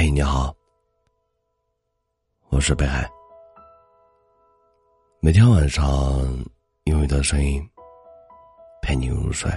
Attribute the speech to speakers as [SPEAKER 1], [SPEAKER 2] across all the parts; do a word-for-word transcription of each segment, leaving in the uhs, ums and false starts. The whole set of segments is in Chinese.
[SPEAKER 1] 嘿，你好，我是北海。每天晚上用一段声音陪你入睡。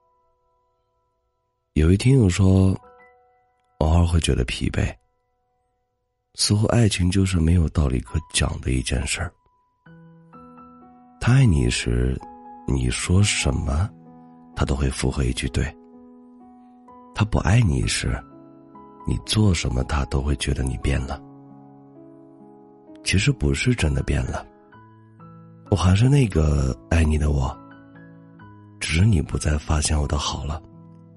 [SPEAKER 1] 有一听友说，偶尔会觉得疲惫，似乎爱情就是没有道理可讲的一件事儿。他爱你时，你说什么他都会附和一句对；他不爱你时，你做什么他都会觉得你变了。其实不是真的变了，我还是那个爱你的我，只是你不再发现我的好了。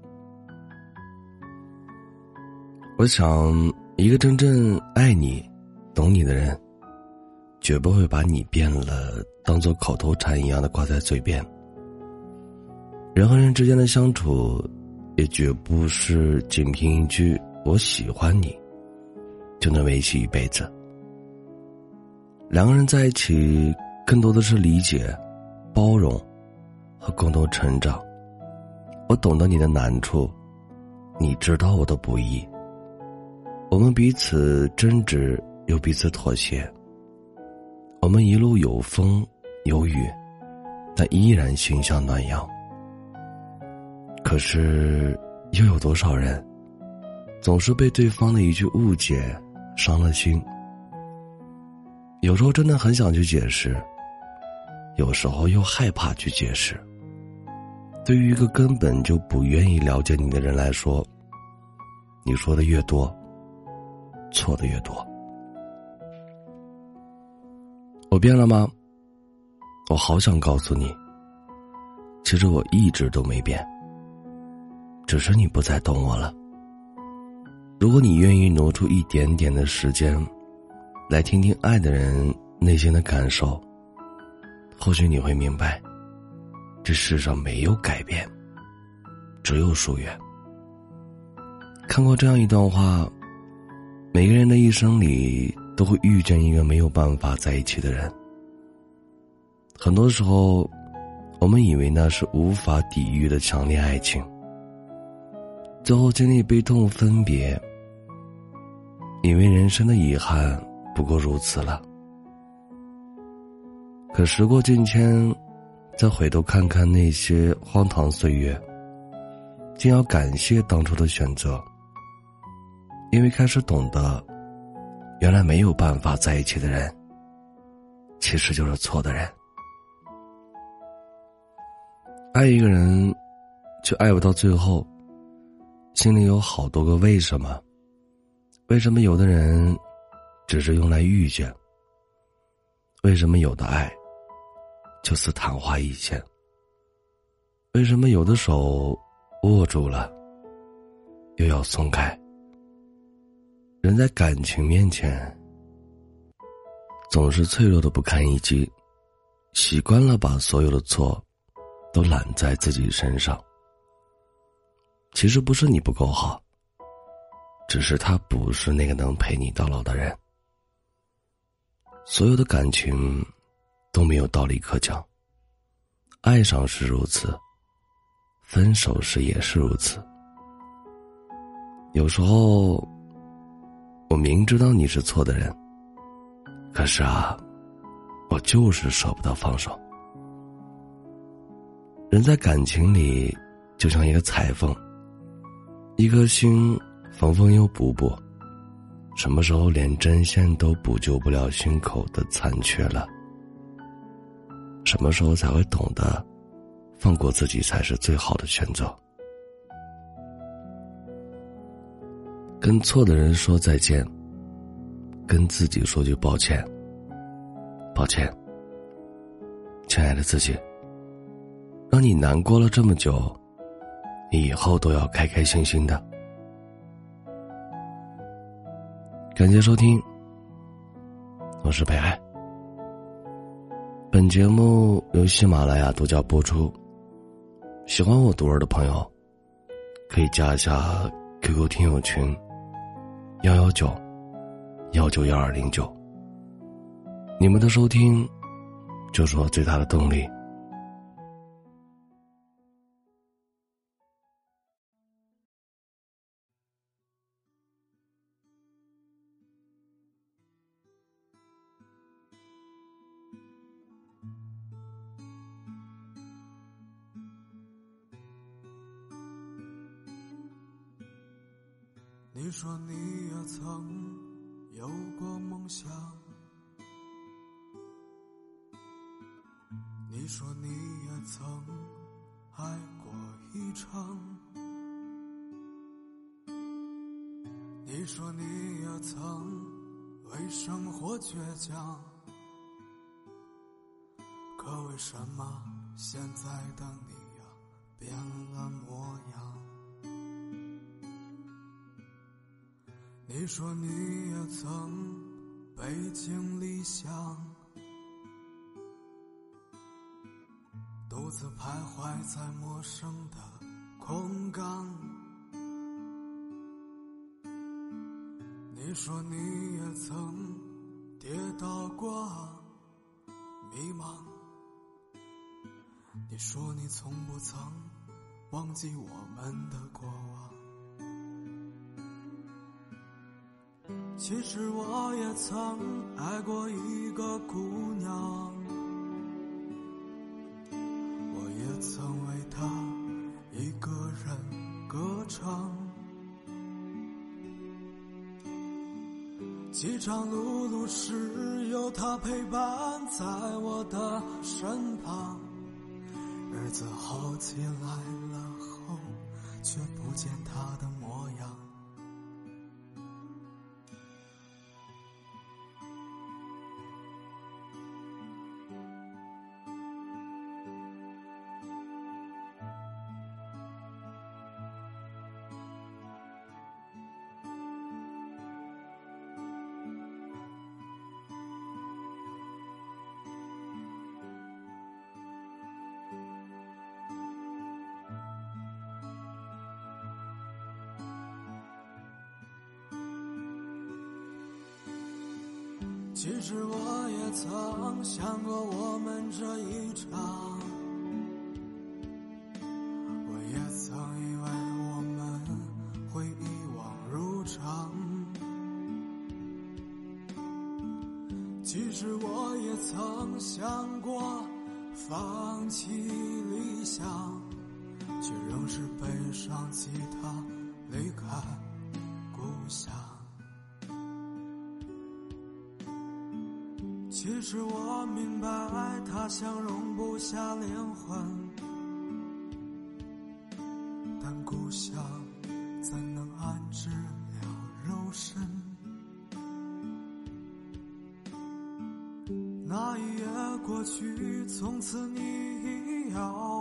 [SPEAKER 1] 我想，一个真正爱你、懂你的人，绝不会把你变了当作口头禅一样的挂在嘴边。人和人之间的相处，也绝不是仅凭一句我喜欢你就能维系一辈子。两个人在一起，更多的是理解、包容和共同成长。我懂得你的难处，你知道我的不易，我们彼此争执又彼此妥协，我们一路有风有雨，但依然心向暖阳。可是又有多少人总是被对方的一句误解伤了心？有时候真的很想去解释，有时候又害怕去解释。对于一个根本就不愿意了解你的人来说，你说的越多，错的越多。我变了吗？我好想告诉你，其实我一直都没变，只是你不再懂我了。如果你愿意挪出一点点的时间来听听爱的人内心的感受，或许你会明白，这世上没有改变，只有疏远。看过这样一段话，每个人的一生里都会遇见一个没有办法在一起的人。很多时候我们以为那是无法抵御的强烈爱情，最后经历悲痛分别，以为人生的遗憾不过如此了。可时过境迁，再回头看看那些荒唐岁月，竟要感谢当初的选择，因为开始懂得，原来没有办法在一起的人，其实就是错的人。爱一个人却爱不到最后，心里有好多个为什么。为什么有的人只是用来遇见？为什么有的爱就似昙花一现？为什么有的手握住了又要松开？人在感情面前总是脆弱的不堪一击，习惯了把所有的错都揽在自己身上。其实不是你不够好，只是他不是那个能陪你到老的人。所有的感情都没有道理可讲，爱上是如此，分手时也是如此。有时候我明知道你是错的人，可是啊，我就是舍不得放手。人在感情里就像一个裁缝，一颗心缝缝又补补，什么时候连针线都补救不了心口的残缺了？什么时候才会懂得放过自己才是最好的选择？跟错的人说再见，跟自己说句抱歉。抱歉，亲爱的自己，让你难过了这么久，你以后都要开开心心的。感谢收听，我是北海。本节目由喜马拉雅独家播出。喜欢我读儿的朋友，可以加一下 Q Q 听友群幺幺九幺九幺二零九。你们的收听就是我最大的动力。
[SPEAKER 2] 你说你也曾有过梦想，你说你也曾爱过一场，你说你也曾为生活倔强，可为什么现在的你呀变了模样？你说你也曾背井离乡，独自徘徊在陌生的空港。你说你也曾跌倒过迷茫，你说你从不曾忘记我们的过往。其实我也曾爱过一个姑娘，我也曾为她一个人歌唱。饥肠辘辘时有她陪伴在我的身旁，日子好起来了后却不见她的模样。其实我也曾想过我们这一场，我也曾以为我们会一往如常。其实我也曾想过放弃理想，却仍是背上吉他离开故乡。其实我明白他乡容不下灵魂，但故乡怎能安置了肉身？那一夜过去，从此你遥